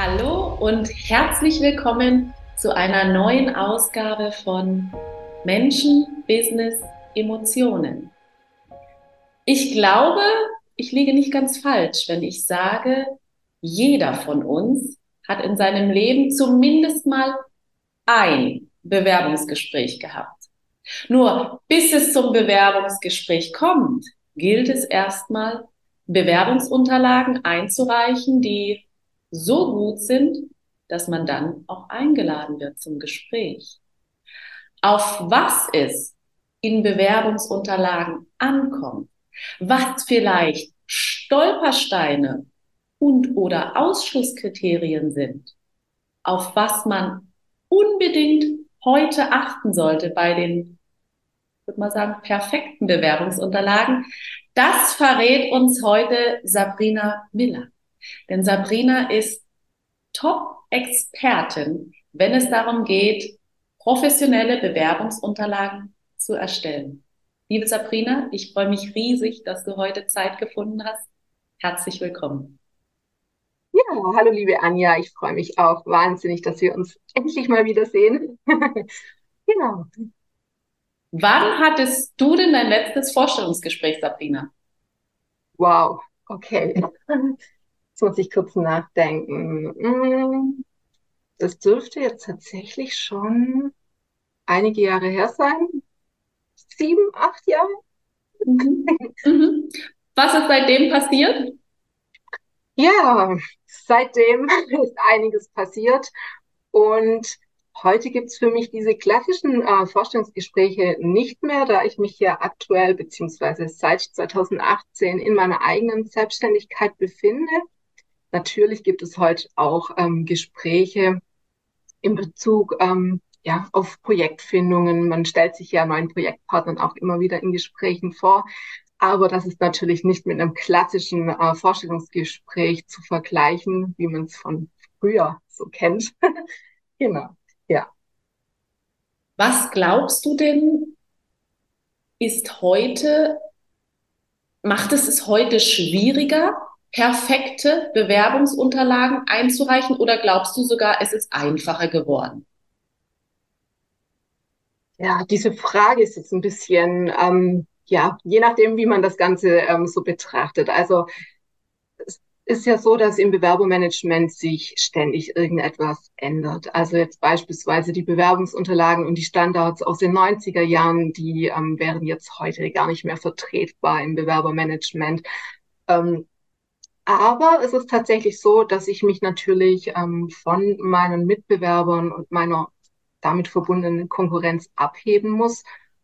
Hallo und herzlich willkommen zu einer neuen Ausgabe von Menschen, Business, Emotionen. Ich glaube, ich liege nicht ganz falsch, wenn ich sage, jeder von uns hat in seinem Leben zumindest mal ein Bewerbungsgespräch gehabt. Nur bis es zum Bewerbungsgespräch kommt, gilt es erstmal, Bewerbungsunterlagen einzureichen, die so gut sind, dass man dann auch eingeladen wird zum Gespräch. Auf was es in Bewerbungsunterlagen ankommt, was vielleicht Stolpersteine und oder Ausschlusskriterien sind, auf was man unbedingt heute achten sollte bei den, würde mal sagen, perfekten Bewerbungsunterlagen. Das verrät uns heute Sabrina Miller. Denn Sabrina ist Top-Expertin, wenn es darum geht, professionelle Bewerbungsunterlagen zu erstellen. Liebe Sabrina, ich freue mich riesig, dass du heute Zeit gefunden hast. Herzlich willkommen. Ja, hallo liebe Anja, ich freue mich auch wahnsinnig, dass wir uns endlich mal wiedersehen. Genau. Wann hattest du denn dein letztes Vorstellungsgespräch, Sabrina? Wow, okay. Jetzt muss ich kurz nachdenken. Das dürfte jetzt tatsächlich schon einige Jahre her sein. 7, 8 Jahre? Mhm. Mhm. Was ist seitdem passiert? Ja, seitdem ist einiges passiert. Und heute gibt's für mich diese klassischen Vorstellungsgespräche nicht mehr, da ich mich ja aktuell beziehungsweise seit 2018 in meiner eigenen Selbstständigkeit befinde. Natürlich gibt es heute auch Gespräche in Bezug ja, auf Projektfindungen. Man stellt sich ja neuen Projektpartnern auch immer wieder in Gesprächen vor. Aber das ist natürlich nicht mit einem klassischen Vorstellungsgespräch zu vergleichen, wie man es von früher so kennt. Genau, ja. Was glaubst du denn, ist heute, macht es heute schwieriger, perfekte Bewerbungsunterlagen einzureichen oder glaubst du sogar, es ist einfacher geworden? Ja, diese Frage ist jetzt ein bisschen, ja, je nachdem, wie man das Ganze so betrachtet. Also es ist ja so, dass im Bewerbermanagement sich ständig irgendetwas ändert. Also jetzt beispielsweise die Bewerbungsunterlagen und die Standards aus den 90er Jahren, die wären jetzt heute gar nicht mehr vertretbar im Bewerbermanagement. Ähm, aber es ist tatsächlich so, dass ich mich natürlich von meinen Mitbewerbern und meiner damit verbundenen Konkurrenz abheben muss.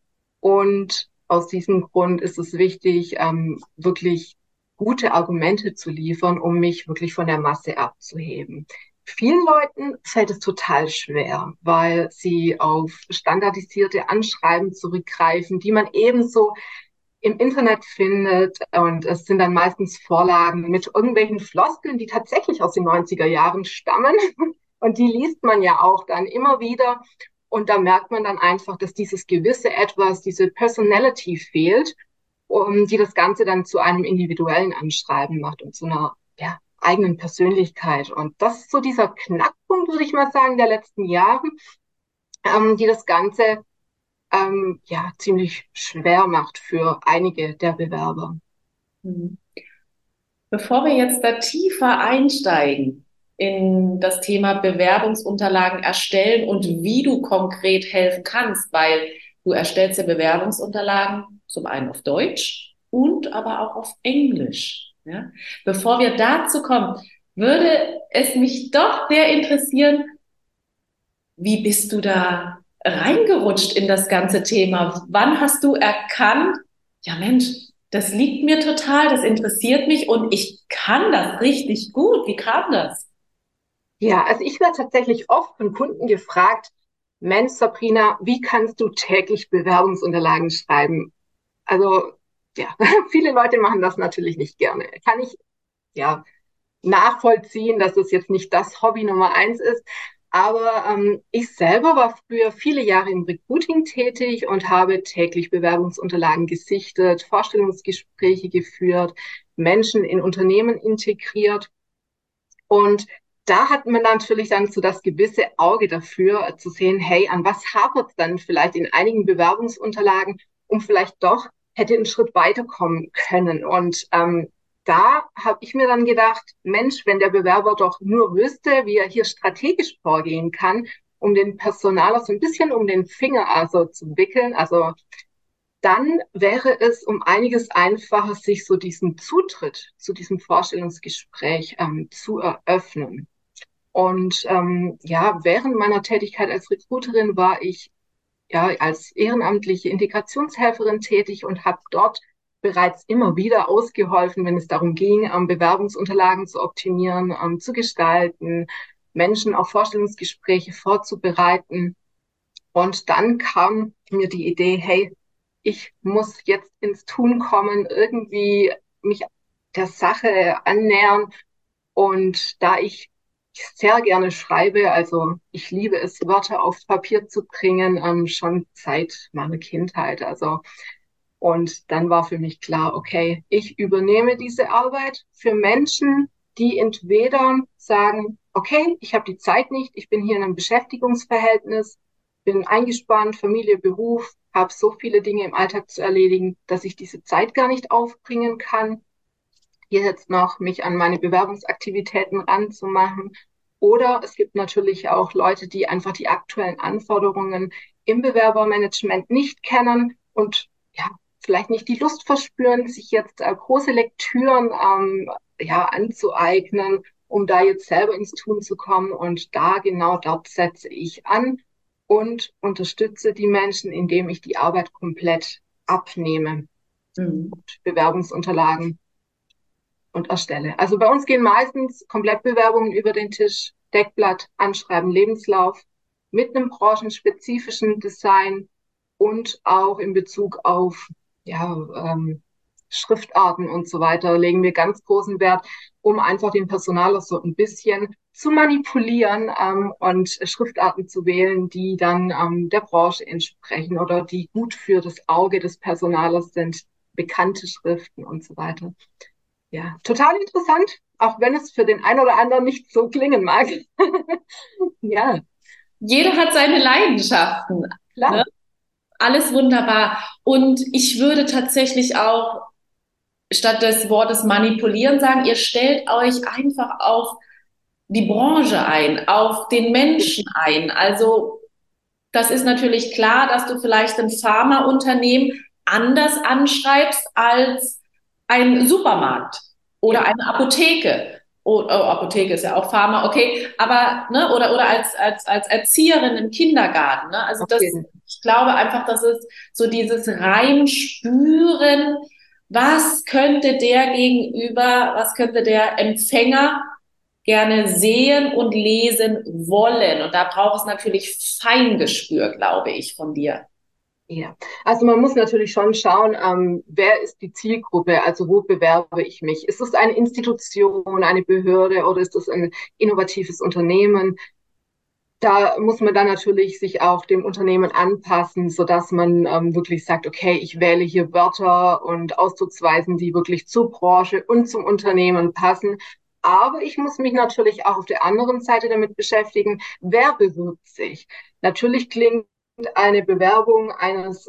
Und aus diesem Grund ist es wichtig, wirklich gute Argumente zu liefern, um mich wirklich von der Masse abzuheben. Vielen Leuten fällt es total schwer, weil sie auf standardisierte Anschreiben zurückgreifen, die man ebenso im Internet findet. Und es sind dann meistens Vorlagen mit irgendwelchen Floskeln, die tatsächlich aus den 90er Jahren stammen. Und die liest man ja auch dann immer wieder. Und da merkt man dann einfach, dass dieses gewisse Etwas, diese Personality fehlt, die das Ganze dann zu einem individuellen Anschreiben macht und zu einer ja, eigenen Persönlichkeit. Und das ist so dieser Knackpunkt, würde ich mal sagen, der letzten Jahre, die das Ganze ja ziemlich schwer macht für einige der Bewerber. Mhm. Bevor wir jetzt da tiefer einsteigen in das Thema Bewerbungsunterlagen erstellen und wie du konkret helfen kannst, weil du erstellst ja Bewerbungsunterlagen zum einen auf Deutsch und aber auch auf Englisch. Ja? Bevor wir dazu kommen, würde es mich doch sehr interessieren, wie bist du da reingerutscht in das ganze Thema? Wann hast du erkannt, ja Mensch, das liegt mir total, das interessiert mich und ich kann das richtig gut. Wie kam das? Ja, also ich werde tatsächlich oft von Kunden gefragt, Mensch, Sabrina, wie kannst du täglich Bewerbungsunterlagen schreiben? Also ja, viele Leute machen das natürlich nicht gerne. Kann ich ja nachvollziehen, dass es jetzt nicht das Hobby Nummer eins ist. Aber ich selber war früher viele Jahre im Recruiting tätig und habe täglich Bewerbungsunterlagen gesichtet, Vorstellungsgespräche geführt, Menschen in Unternehmen integriert. Und da hat man natürlich dann so das gewisse Auge dafür, zu sehen, hey, an was hapert es dann vielleicht in einigen Bewerbungsunterlagen, um vielleicht doch hätte einen Schritt weiterkommen können. Und da habe ich mir dann gedacht, Mensch, wenn der Bewerber doch nur wüsste, wie er hier strategisch vorgehen kann, um den Personaler so ein bisschen um den Finger also zu wickeln, also dann wäre es um einiges einfacher, sich so diesen Zutritt zu diesem Vorstellungsgespräch zu eröffnen. Und ja, während meiner Tätigkeit als Recruiterin war ich ja als ehrenamtliche Integrationshelferin tätig und habe dort bereits immer wieder ausgeholfen, wenn es darum ging, Bewerbungsunterlagen zu optimieren, zu gestalten, Menschen auf Vorstellungsgespräche vorzubereiten. Und dann kam mir die Idee, hey, ich muss jetzt ins Tun kommen, irgendwie mich der Sache annähern. Und da ich sehr gerne schreibe, also ich liebe es, Wörter auf Papier zu bringen, schon seit meiner Kindheit. Also, und dann war für mich klar, okay, ich übernehme diese Arbeit für Menschen, die entweder sagen, okay, ich habe die Zeit nicht, ich bin hier in einem Beschäftigungsverhältnis, bin eingespannt, Familie, Beruf, habe so viele Dinge im Alltag zu erledigen, dass ich diese Zeit gar nicht aufbringen kann, hier jetzt noch mich an meine Bewerbungsaktivitäten ranzumachen. Oder es gibt natürlich auch Leute, die einfach die aktuellen Anforderungen im Bewerbermanagement nicht kennen und ja, vielleicht nicht die Lust verspüren, sich jetzt große Lektüren ja, anzueignen, um da jetzt selber ins Tun zu kommen. Und da genau dort setze ich an und unterstütze die Menschen, indem ich die Arbeit komplett abnehme Mhm. und Bewerbungsunterlagen und erstelle. Also bei uns gehen meistens Komplettbewerbungen über den Tisch, Deckblatt, Anschreiben, Lebenslauf mit einem branchenspezifischen Design und auch in Bezug auf ja, Schriftarten und so weiter legen wir ganz großen Wert, um einfach den Personaler so ein bisschen zu manipulieren und Schriftarten zu wählen, die dann der Branche entsprechen oder die gut für das Auge des Personalers sind, bekannte Schriften und so weiter. Ja, total interessant, auch wenn es für den einen oder anderen nicht so klingen mag. Ja, Jeder hat seine Leidenschaften, ne? klar. Alles wunderbar. Und ich würde tatsächlich auch statt des Wortes manipulieren sagen, ihr stellt euch einfach auf die Branche ein, auf den Menschen ein. Also das ist natürlich klar, dass du vielleicht ein Pharmaunternehmen anders anschreibst als ein Supermarkt oder Ja, eine Apotheke. Oh, Apotheke ist ja auch Pharma, okay, aber ne, oder als Erzieherin im Kindergarten. Ne? Also auf das, jeden Fall. ich glaube einfach, das ist so dieses Reinspüren, was könnte der Gegenüber, was könnte der Empfänger gerne sehen und lesen wollen. Und da braucht es natürlich Feingespür, glaube ich, von dir. Ja, also man muss natürlich schon schauen, wer ist die Zielgruppe, also wo bewerbe ich mich? Ist es eine Institution, eine Behörde oder ist es ein innovatives Unternehmen? Da muss man dann natürlich sich auch dem Unternehmen anpassen, sodass man wirklich sagt, okay, ich wähle hier Wörter und Ausdrucksweisen, die wirklich zur Branche und zum Unternehmen passen. Aber ich muss mich natürlich auch auf der anderen Seite damit beschäftigen, wer bewirbt sich. Natürlich klingt eine Bewerbung eines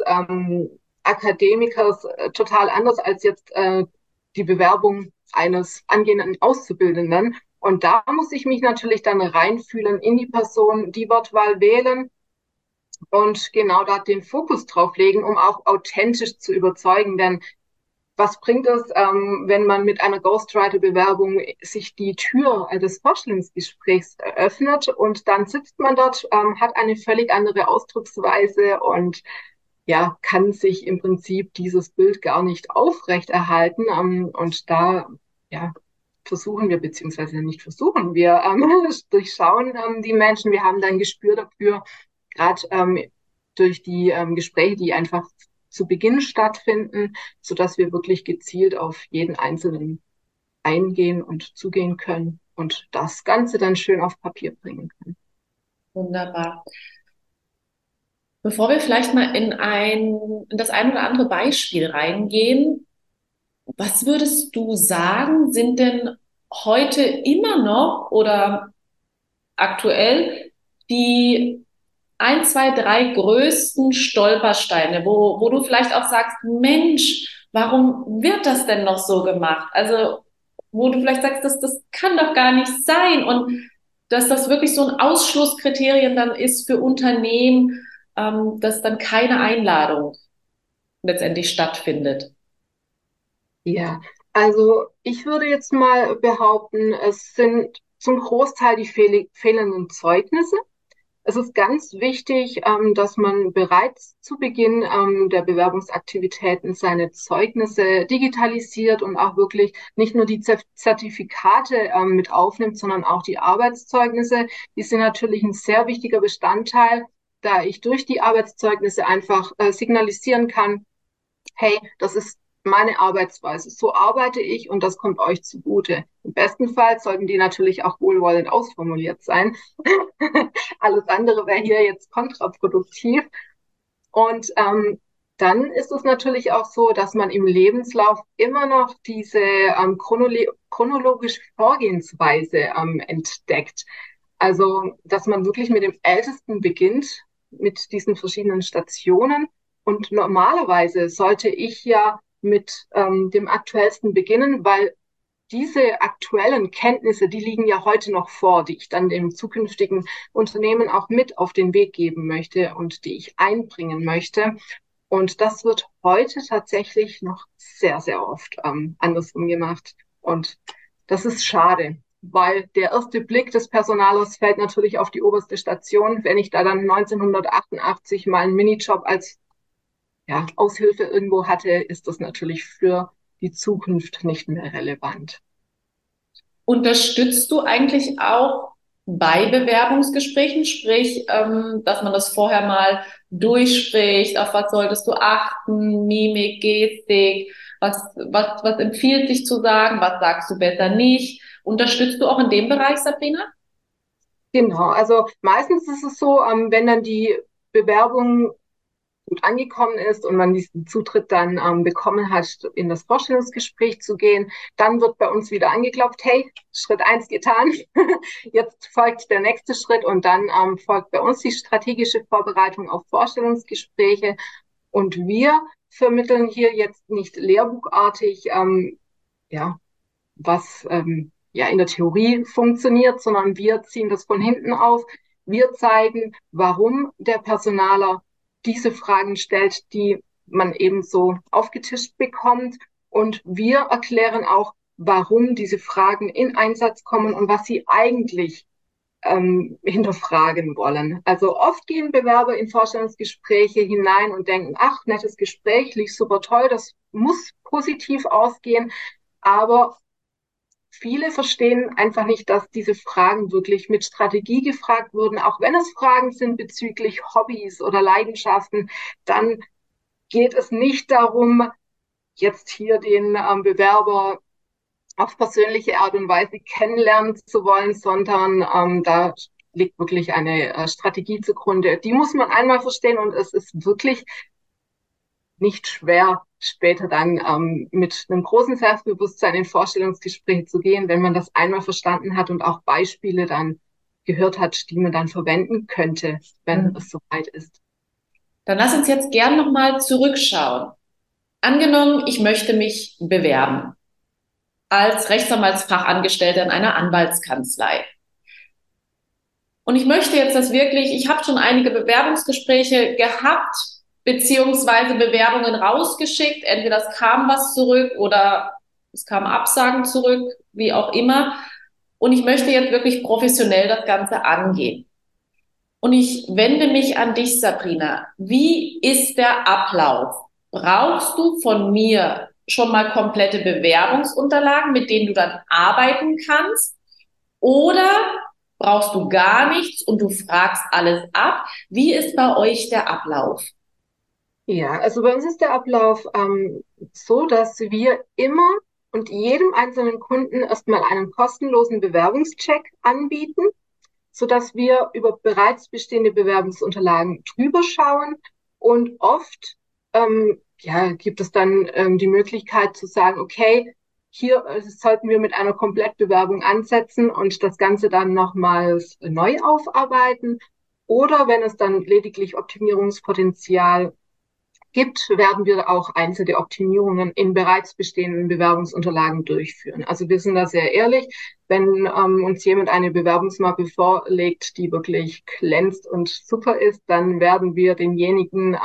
Akademikers total anders als jetzt die Bewerbung eines angehenden Auszubildenden. Und da muss ich mich natürlich dann reinfühlen in die Person, die Wortwahl wählen und genau da den Fokus drauf legen, um auch authentisch zu überzeugen. Denn was bringt es, wenn man mit einer Ghostwriter-Bewerbung sich die Tür des Vorstellungsgesprächs eröffnet und dann sitzt man dort, hat eine völlig andere Ausdrucksweise und ja, kann sich im Prinzip dieses Bild gar nicht aufrechterhalten. Und da ja, versuchen wir, beziehungsweise nicht versuchen wir, durchschauen die Menschen. Wir haben da ein Gespür dafür, gerade durch die Gespräche, die einfach zu Beginn stattfinden, sodass wir wirklich gezielt auf jeden Einzelnen eingehen und zugehen können und das Ganze dann schön auf Papier bringen können. Wunderbar. Bevor wir vielleicht mal in das ein oder andere Beispiel reingehen, was würdest du sagen, sind denn heute immer noch oder aktuell die ein, zwei, drei größten Stolpersteine, wo du vielleicht auch sagst, Mensch, warum wird das denn noch so gemacht? Also, wo du vielleicht sagst, das kann doch gar nicht sein und dass das wirklich so ein Ausschlusskriterien dann ist für Unternehmen, dass dann keine Einladung letztendlich stattfindet. Ja, also ich würde jetzt mal behaupten, es sind zum Großteil die fehlenden Zeugnisse. Es ist ganz wichtig, dass man bereits zu Beginn der Bewerbungsaktivitäten seine Zeugnisse digitalisiert und auch wirklich nicht nur die Zertifikate mit aufnimmt, sondern auch die Arbeitszeugnisse. Die sind natürlich ein sehr wichtiger Bestandteil, da ich durch die Arbeitszeugnisse einfach signalisieren kann, hey, das ist meine Arbeitsweise. So arbeite ich und das kommt euch zugute. Im besten Fall sollten die natürlich auch wohlwollend ausformuliert sein. Alles andere wäre hier jetzt kontraproduktiv. Und dann ist es natürlich auch so, dass man im Lebenslauf immer noch diese chronologische Vorgehensweise entdeckt. Also, dass man wirklich mit dem Ältesten beginnt, mit diesen verschiedenen Stationen. Und normalerweise sollte ich ja mit dem Aktuellsten beginnen, weil diese aktuellen Kenntnisse, die liegen ja heute noch vor, die ich dann dem zukünftigen Unternehmen auch mit auf den Weg geben möchte und die ich einbringen möchte. Und das wird heute tatsächlich noch sehr, sehr oft andersrum gemacht. Und das ist schade, weil der erste Blick des Personalers fällt natürlich auf die oberste Station. Wenn ich da dann 1988 mal einen Minijob als Aushilfe irgendwo hatte, ist das natürlich für die Zukunft nicht mehr relevant. Unterstützt du eigentlich auch bei Bewerbungsgesprächen, sprich, dass man das vorher mal durchspricht, auf was solltest du achten, Mimik, Gestik, was empfiehlt sich zu sagen, was sagst du besser nicht? Unterstützt du auch in dem Bereich, Sabrina? Genau, also meistens ist es so, wenn dann die Bewerbung gut angekommen ist und man diesen Zutritt dann bekommen hat, in das Vorstellungsgespräch zu gehen, dann wird bei uns wieder angeklopft, hey, Schritt eins getan, jetzt folgt der nächste Schritt und dann folgt bei uns die strategische Vorbereitung auf Vorstellungsgespräche und wir vermitteln hier jetzt nicht lehrbuchartig, ja, was ja in der Theorie funktioniert, sondern wir ziehen das von hinten auf. Wir zeigen, warum der Personaler diese Fragen stellt, die man eben so aufgetischt bekommt. Und wir erklären auch, warum diese Fragen in Einsatz kommen und was sie eigentlich hinterfragen wollen. Also oft gehen Bewerber in Vorstellungsgespräche hinein und denken, ach, nettes Gespräch, lief super toll, das muss positiv ausgehen. Aber viele verstehen einfach nicht, dass diese Fragen wirklich mit Strategie gefragt wurden. Auch wenn es Fragen sind bezüglich Hobbys oder Leidenschaften, dann geht es nicht darum, jetzt hier den Bewerber auf persönliche Art und Weise kennenlernen zu wollen, sondern da liegt wirklich eine Strategie zugrunde. Die muss man einmal verstehen und es ist wirklich nicht schwer, später dann mit einem großen Selbstbewusstsein in Vorstellungsgespräche zu gehen, wenn man das einmal verstanden hat und auch Beispiele dann gehört hat, die man dann verwenden könnte, wenn Mhm. es soweit ist. Dann lass uns jetzt gern nochmal zurückschauen. Angenommen, ich möchte mich bewerben als Rechtsanwaltsfachangestellter in einer Anwaltskanzlei. Und ich möchte jetzt das wirklich, ich habe schon einige Bewerbungsgespräche gehabt, beziehungsweise Bewerbungen rausgeschickt. Entweder es kam was zurück oder es kamen Absagen zurück, wie auch immer. Und ich möchte jetzt wirklich professionell das Ganze angehen. Und ich wende mich an dich, Sabrina. Wie ist der Ablauf? Brauchst du von mir schon mal komplette Bewerbungsunterlagen, mit denen du dann arbeiten kannst? Oder brauchst du gar nichts und du fragst alles ab? Wie ist bei euch der Ablauf? Ja, also bei uns ist der Ablauf so, dass wir immer und jedem einzelnen Kunden erstmal einen kostenlosen Bewerbungscheck anbieten, sodass wir über bereits bestehende Bewerbungsunterlagen drüber schauen und oft ja, gibt es dann die Möglichkeit zu sagen, okay, hier sollten wir mit einer Komplettbewerbung ansetzen und das Ganze dann nochmals neu aufarbeiten. Oder wenn es dann lediglich Optimierungspotenzial gibt, werden wir auch einzelne Optimierungen in bereits bestehenden Bewerbungsunterlagen durchführen. Also wir sind da sehr ehrlich. Wenn uns jemand eine Bewerbungsmappe vorlegt, die wirklich glänzt und super ist, dann werden wir denjenigen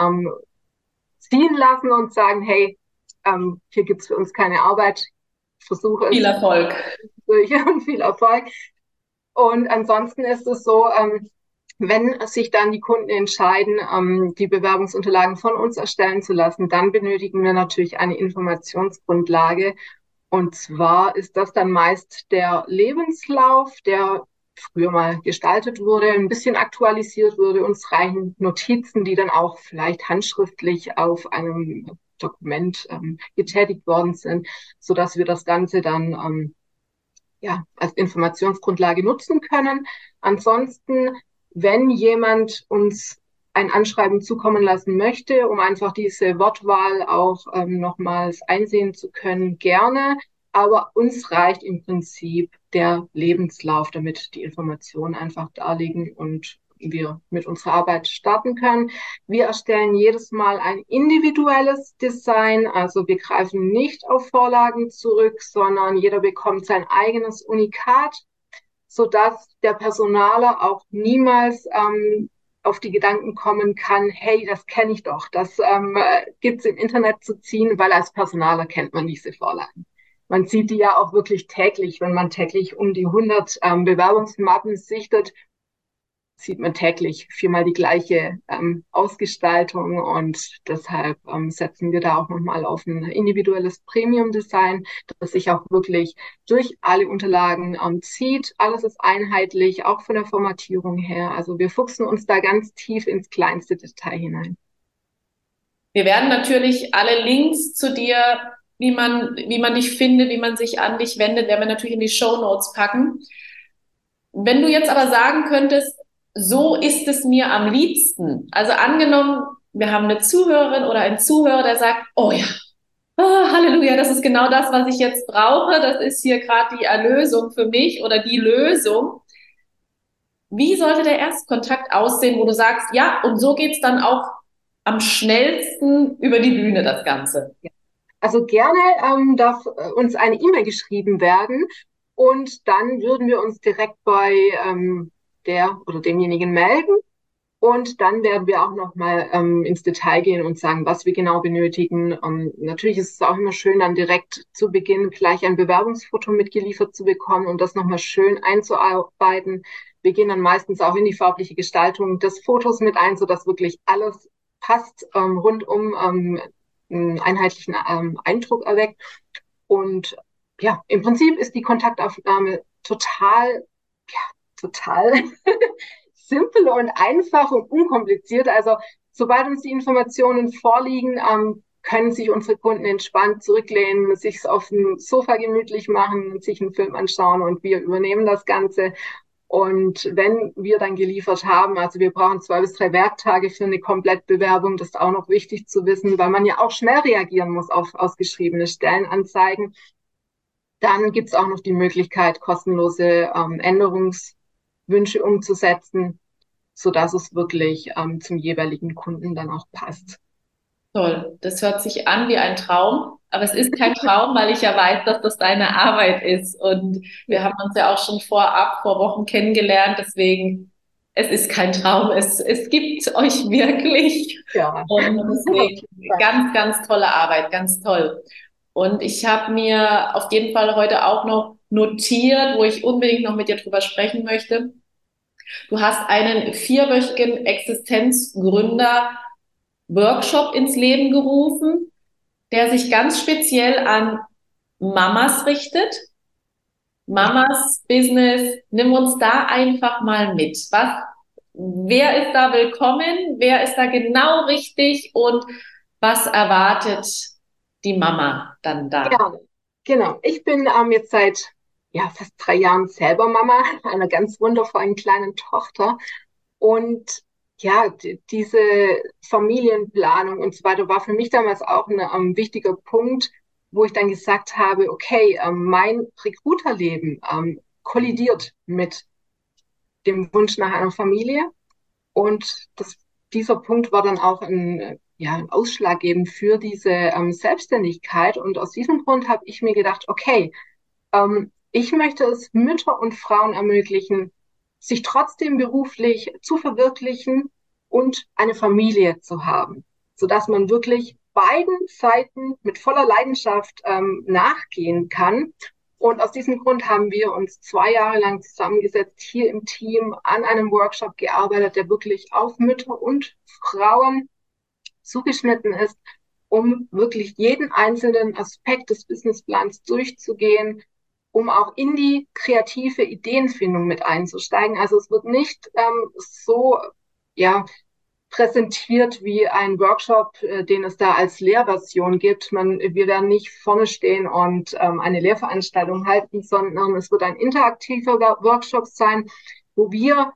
ziehen lassen und sagen, hey, hier gibt's für uns keine Arbeit. Versuche Viel es Erfolg. durch und viel Erfolg. Und ansonsten ist es so, wenn sich dann die Kunden entscheiden, die Bewerbungsunterlagen von uns erstellen zu lassen, dann benötigen wir natürlich eine Informationsgrundlage. Und zwar ist das dann meist der Lebenslauf, der früher mal gestaltet wurde, ein bisschen aktualisiert wurde. Uns reichen Notizen, die dann auch vielleicht handschriftlich auf einem Dokument getätigt worden sind, sodass wir das Ganze dann ja, als Informationsgrundlage nutzen können. Ansonsten, wenn jemand uns ein Anschreiben zukommen lassen möchte, um einfach diese Wortwahl auch nochmals einsehen zu können, gerne. Aber uns reicht im Prinzip der Lebenslauf, damit die Informationen einfach da liegen und wir mit unserer Arbeit starten können. Wir erstellen jedes Mal ein individuelles Design, also wir greifen nicht auf Vorlagen zurück, sondern jeder bekommt sein eigenes Unikat, sodass der Personaler auch niemals auf die Gedanken kommen kann, hey, das kenne ich doch, das gibt's im Internet zu ziehen, weil als Personaler kennt man diese Vorlagen. Man sieht die ja auch wirklich täglich, wenn man täglich um die 100 Bewerbungsmappen sichtet, sieht man täglich viermal die gleiche Ausgestaltung und deshalb setzen wir da auch nochmal auf ein individuelles Premium-Design, das sich auch wirklich durch alle Unterlagen zieht. Alles ist einheitlich, auch von der Formatierung her. Also wir fuchsen uns da ganz tief ins kleinste Detail hinein. Wir werden natürlich alle Links zu dir, wie man dich findet, wie man sich an dich wendet, werden wir natürlich in die Shownotes packen. Wenn du jetzt aber sagen könntest, so ist es mir am liebsten. Also angenommen, wir haben eine Zuhörerin oder einen Zuhörer, der sagt, oh ja, oh, Halleluja, das ist genau das, was ich jetzt brauche. Das ist hier gerade die Erlösung für mich oder die Lösung. Wie sollte der Erstkontakt aussehen, wo du sagst, ja, und so geht's dann auch am schnellsten über die Bühne, das Ganze? Also gerne darf uns eine E-Mail geschrieben werden und dann würden wir uns direkt bei der oder demjenigen melden. Und dann werden wir auch nochmal ins Detail gehen und sagen, was wir genau benötigen. Natürlich ist es auch immer schön, dann direkt zu Beginn gleich ein Bewerbungsfoto mitgeliefert zu bekommen und das nochmal schön einzuarbeiten. Wir gehen dann meistens auch in die farbliche Gestaltung des Fotos mit ein, sodass wirklich alles passt, rundum einen einheitlichen Eindruck erweckt. Und ja, im Prinzip ist die Kontaktaufnahme total simpel und einfach und unkompliziert. Also sobald uns die Informationen vorliegen, können sich unsere Kunden entspannt zurücklehnen, sich auf dem Sofa gemütlich machen, sich einen Film anschauen und wir übernehmen das Ganze. Und wenn wir dann geliefert haben, also wir brauchen 2 bis 3 Werktage für eine Komplettbewerbung, das ist auch noch wichtig zu wissen, weil man ja auch schnell reagieren muss auf ausgeschriebene Stellenanzeigen. Dann gibt es auch noch die Möglichkeit, kostenlose Änderungswünsche umzusetzen, sodass es wirklich zum jeweiligen Kunden dann auch passt. Toll. Das hört sich an wie ein Traum, aber es ist kein Traum, weil ich ja weiß, dass das deine Arbeit ist. Und wir haben uns ja auch schon vor Wochen kennengelernt. Deswegen, es ist kein Traum. Es gibt euch wirklich. Ja, Und deswegen ganz, ganz tolle Arbeit, ganz toll. Und ich habe mir auf jeden Fall heute auch noch notiert, wo ich unbedingt noch mit dir drüber sprechen möchte. Du hast einen 4-wöchigen Existenzgründer-Workshop ins Leben gerufen, der sich ganz speziell an Mamas richtet. Mamas Business, nimm uns da einfach mal mit. Wer ist da willkommen? Wer ist da genau richtig? Und was erwartet die Mama dann da? gerne. Genau. Ich bin jetzt seit ja, fast 3 Jahren selber Mama einer ganz wundervollen kleinen Tochter. Und ja, diese Familienplanung und so weiter war für mich damals auch ein wichtiger Punkt, wo ich dann gesagt habe, okay, mein Recruiterleben kollidiert mit dem Wunsch nach einer Familie. Und dieser Punkt war dann auch ja, ausschlaggebend für diese Selbstständigkeit. Und aus diesem Grund habe ich mir gedacht, okay, ich möchte es Mütter und Frauen ermöglichen, sich trotzdem beruflich zu verwirklichen und eine Familie zu haben, sodass man wirklich beiden Seiten mit voller Leidenschaft nachgehen kann. Und aus diesem Grund haben wir uns 2 Jahre lang zusammengesetzt, hier im Team an einem Workshop gearbeitet, der wirklich auf Mütter und Frauen zugeschnitten ist, um wirklich jeden einzelnen Aspekt des Businessplans durchzugehen, um auch in die kreative Ideenfindung mit einzusteigen. Also es wird nicht so ja, präsentiert wie ein Workshop, den es da als Lehrversion gibt. Wir werden nicht vorne stehen und eine Lehrveranstaltung halten, sondern es wird ein interaktiver Workshop sein, wo wir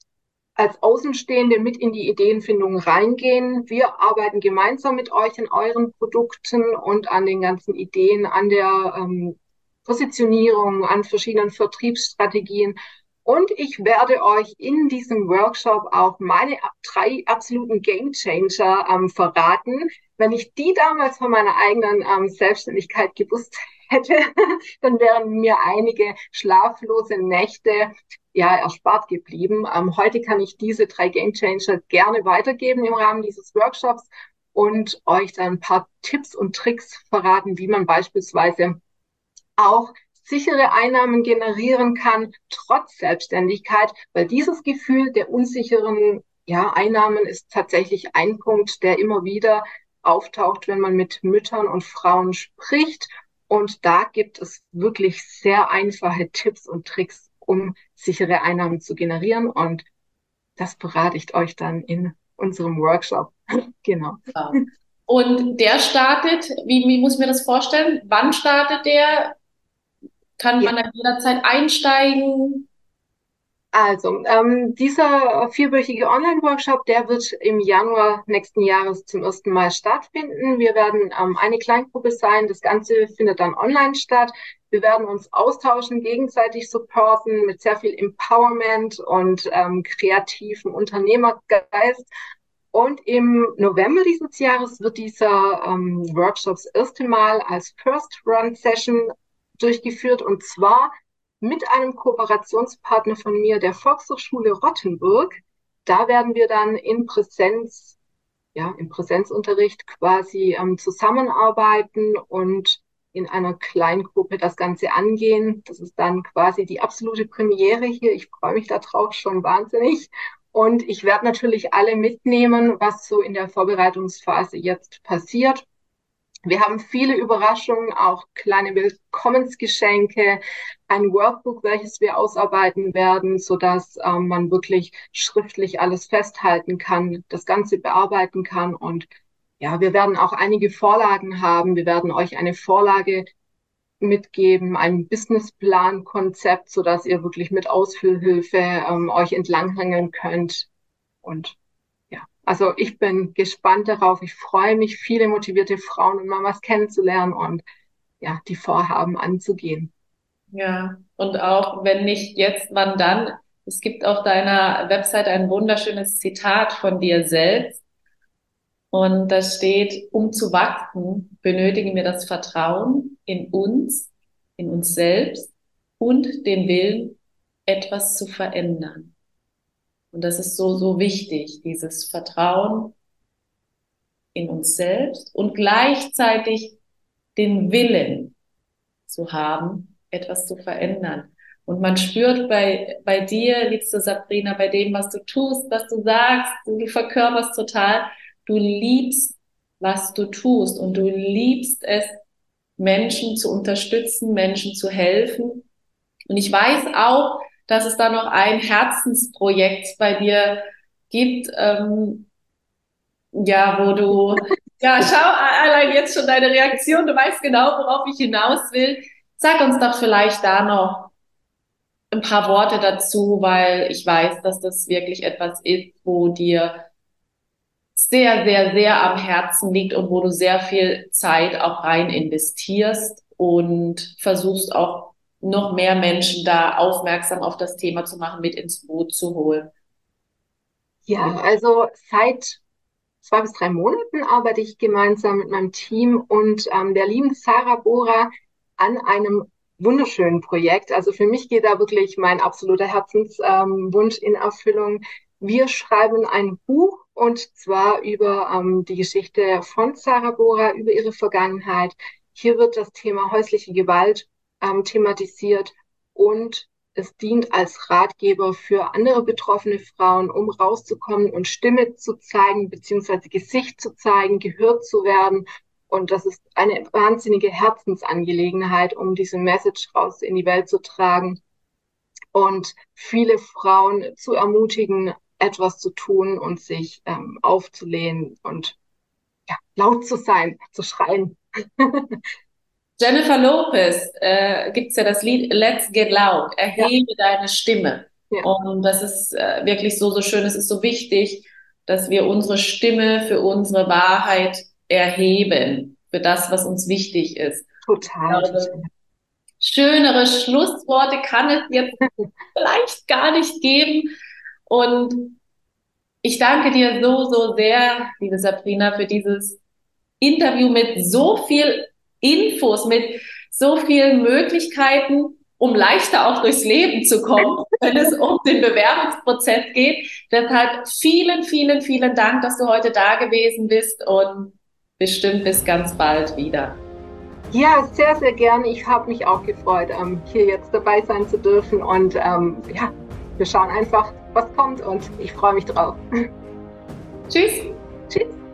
als Außenstehende mit in die Ideenfindung reingehen. Wir arbeiten gemeinsam mit euch an euren Produkten und an den ganzen Ideen, an der Positionierung, an verschiedenen Vertriebsstrategien. Und ich werde euch in diesem Workshop auch meine 3 absoluten Gamechanger verraten. Wenn ich die damals von meiner eigenen Selbstständigkeit gewusst hätte, dann wären mir einige schlaflose Nächte ja erspart geblieben. Heute kann ich diese 3 Gamechanger gerne weitergeben im Rahmen dieses Workshops und euch dann ein paar Tipps und Tricks verraten, wie man beispielsweise auch sichere Einnahmen generieren kann, trotz Selbstständigkeit, weil dieses Gefühl der unsicheren Einnahmen ist tatsächlich ein Punkt, der immer wieder auftaucht, wenn man mit Müttern und Frauen spricht. Und da gibt es wirklich sehr einfache Tipps und Tricks, um sichere Einnahmen zu generieren. Und das berate ich euch dann in unserem Workshop. Genau. Und der startet, wie muss ich mir das vorstellen? Wann startet der? Kann Ja. man dann jederzeit einsteigen? Also, dieser 4-wöchige Online-Workshop, der wird im Januar nächsten Jahres zum ersten Mal stattfinden. Wir werden eine Kleingruppe sein. Das Ganze findet dann online statt. Wir werden uns austauschen, gegenseitig supporten mit sehr viel Empowerment und kreativen Unternehmergeist. Und im November dieses Jahres wird dieser Workshop das erste Mal als First Run Session durchgeführt, und zwar mit einem Kooperationspartner von mir, der Volkshochschule Rottenburg. Da werden wir dann in Präsenz, ja, im Präsenzunterricht quasi zusammenarbeiten und in einer Kleingruppe das Ganze angehen. Das ist dann quasi die absolute Premiere hier. Ich freue mich darauf schon wahnsinnig. Und ich werde natürlich alle mitnehmen, was so in der Vorbereitungsphase jetzt passiert. Wir haben viele Überraschungen, auch kleine Willkommensgeschenke, ein Workbook, welches wir ausarbeiten werden, sodass man wirklich schriftlich alles festhalten kann, das Ganze bearbeiten kann. Und ja, wir werden auch einige Vorlagen haben. Wir werden euch eine Vorlage mitgeben, ein Businessplan-Konzept, sodass ihr wirklich mit Ausfüllhilfe euch entlanghangeln könnt. Und ja, also ich bin gespannt darauf. Ich freue mich, viele motivierte Frauen und Mamas kennenzulernen und ja, die Vorhaben anzugehen. Ja, und auch wenn nicht jetzt, wann dann? Es gibt auf deiner Website ein wunderschönes Zitat von dir selbst. Und da steht, um zu wachsen, benötigen wir das Vertrauen in uns selbst und den Willen, etwas zu verändern. Und das ist so, so wichtig, dieses Vertrauen in uns selbst und gleichzeitig den Willen zu haben, etwas zu verändern. Und man spürt bei dir, liebste Sabrina, bei dem, was du tust, was du sagst, du verkörperst total, du liebst, was du tust und du liebst es, Menschen zu unterstützen, Menschen zu helfen. Und ich weiß auch, dass es da noch ein Herzensprojekt bei dir gibt, ja, wo du, ja, schau allein jetzt schon deine Reaktion, du weißt genau, worauf ich hinaus will. Sag uns doch vielleicht da noch ein paar Worte dazu, weil ich weiß, dass das wirklich etwas ist, wo dir sehr, sehr, sehr am Herzen liegt und wo du sehr viel Zeit auch rein investierst und versuchst auch noch mehr Menschen da aufmerksam auf das Thema zu machen, mit ins Boot zu holen. Ja, also seit 2 bis 3 Monaten arbeite ich gemeinsam mit meinem Team und der lieben Sarah Bora an einem wunderschönen Projekt. Also für mich geht da wirklich mein absoluter Herzenswunsch in Erfüllung. Wir schreiben ein Buch und zwar über die Geschichte von Sarah Bora, über ihre Vergangenheit. Hier wird das Thema häusliche Gewalt thematisiert und es dient als Ratgeber für andere betroffene Frauen, um rauszukommen und Stimme zu zeigen, beziehungsweise Gesicht zu zeigen, gehört zu werden. Und das ist eine wahnsinnige Herzensangelegenheit, um diese Message raus in die Welt zu tragen und viele Frauen zu ermutigen, etwas zu tun und sich aufzulehnen und ja, laut zu sein, zu schreien. Jennifer Lopez, gibt's ja das Lied Let's Get Loud, Ja, erhebe deine Stimme. ja, Und das ist wirklich so, so schön. Es ist so wichtig, dass wir unsere Stimme für unsere Wahrheit erheben, für das, was uns wichtig ist. Ich total, glaube, total. schönere Schlussworte kann es jetzt vielleicht gar nicht geben. Und ich danke dir so, so sehr, liebe Sabrina, für dieses Interview mit so viel Infos, mit so vielen Möglichkeiten, um leichter auch durchs Leben zu kommen, wenn es um den Bewerbungsprozess geht. Deshalb vielen, vielen, vielen Dank, dass du heute da gewesen bist und bestimmt bis ganz bald wieder. Ja, sehr, sehr gerne. Ich habe mich auch gefreut, hier jetzt dabei sein zu dürfen. Und ja, wir schauen einfach, was kommt und ich freue mich drauf. Tschüss. Tschüss.